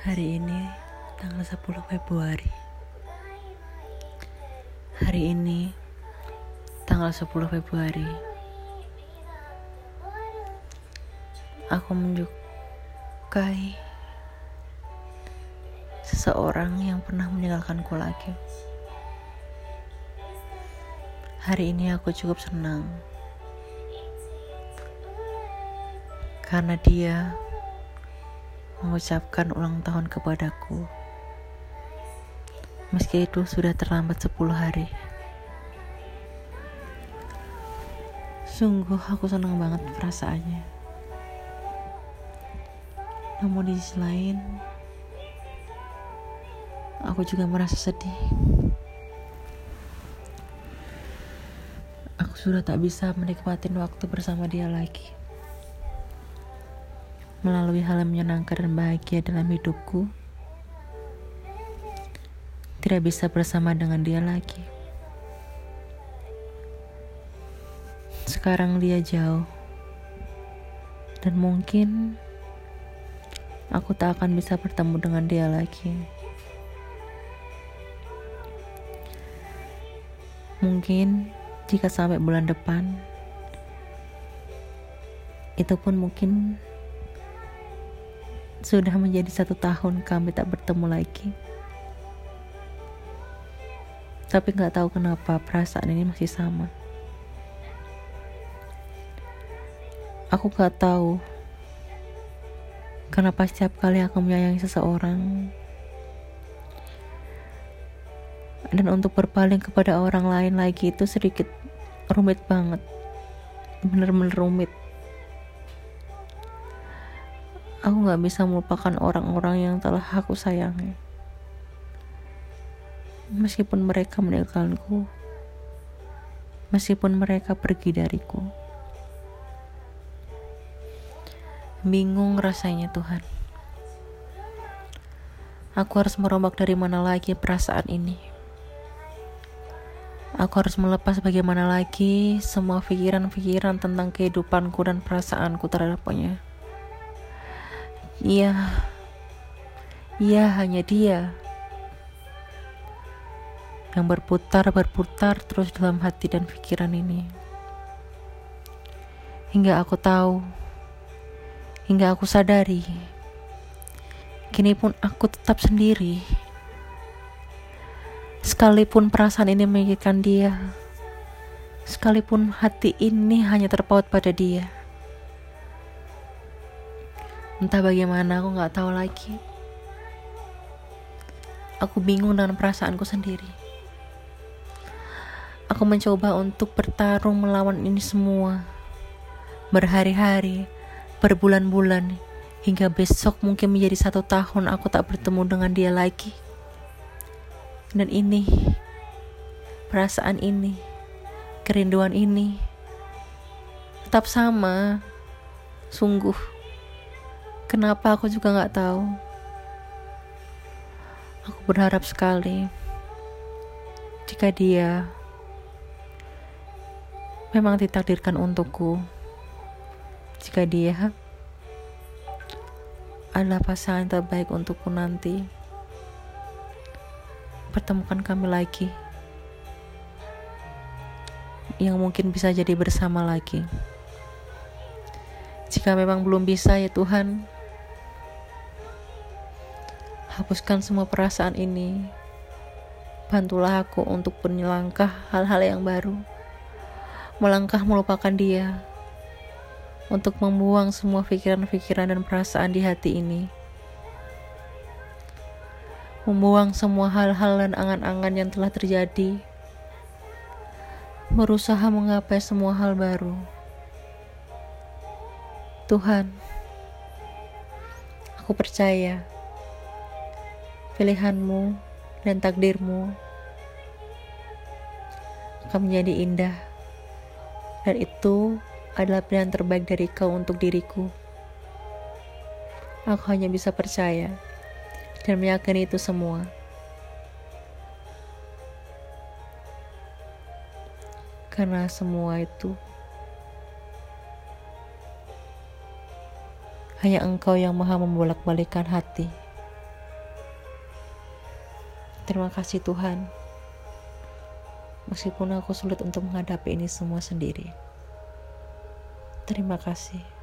Hari ini tanggal 10 Februari. Hari ini tanggal 10 Februari. Aku menyukai seseorang yang pernah meninggalkanku lagi. Hari ini aku cukup senang karena dia mengucapkan ulang tahun kepadaku, meski itu sudah terlambat 10 hari. Sungguh aku senang banget perasaannya. Namun di sisi lain, aku juga merasa sedih. Aku sudah tak bisa menikmati waktu bersama dia lagi. Melalui hal yang menyenangkan dan bahagia dalam hidupku, tidak bisa bersama dengan dia lagi. Sekarang dia jauh, dan mungkin aku tak akan bisa bertemu dengan dia lagi. Mungkin jika sampai bulan depan, itu pun mungkin sudah menjadi 1 tahun kami tak bertemu lagi. Tapi gak tahu kenapa perasaan ini masih sama. Aku gak tahu kenapa setiap kali aku menyayangi seseorang, dan untuk berpaling kepada orang lain lagi itu sedikit rumit banget. Bener-bener rumit. Aku gak bisa melupakan orang-orang yang telah aku sayangi. Meskipun mereka meninggalkanku, meskipun mereka pergi dariku. Bingung rasanya, Tuhan. Aku harus merombak dari mana lagi perasaan ini. Aku harus melepas bagaimana lagi semua pikiran-pikiran tentang kehidupanku dan perasaanku terhadapnya. Iya, hanya dia yang berputar terus dalam hati dan pikiran ini. Hingga aku tahu, hingga aku sadari, kini pun aku tetap sendiri. Sekalipun perasaan ini memikirkan dia, sekalipun hati ini hanya terpaut pada dia. Entah bagaimana, aku gak tahu lagi. Aku bingung dengan perasaanku sendiri. Aku mencoba untuk bertarung melawan ini semua. Berhari-hari, berbulan-bulan, hingga besok mungkin menjadi 1 tahun aku tak bertemu dengan dia lagi. Dan ini, perasaan ini, kerinduan ini, tetap sama. Sungguh. Kenapa aku juga gak tahu. Aku berharap sekali jika dia memang ditakdirkan untukku, jika dia adalah pasangan terbaik untukku nanti, pertemukan kami lagi, yang mungkin bisa jadi bersama lagi. Jika memang belum bisa, ya Tuhan, hapuskan semua perasaan ini. Bantulah aku untuk melangkah hal-hal yang baru. Melangkah melupakan dia. Untuk membuang semua pikiran-pikiran dan perasaan di hati ini. Membuang semua hal-hal dan angan-angan yang telah terjadi. Berusaha menggapai semua hal baru. Tuhan, aku percaya pilihanmu dan takdirmu akan menjadi indah, dan itu adalah pilihan terbaik dari kau untuk diriku. Aku hanya bisa percaya dan meyakini itu semua, karena semua itu hanya Engkau yang maha membolak-balikkan hati. Terima kasih Tuhan, meskipun aku sulit untuk menghadapi ini semua sendiri. Terima kasih.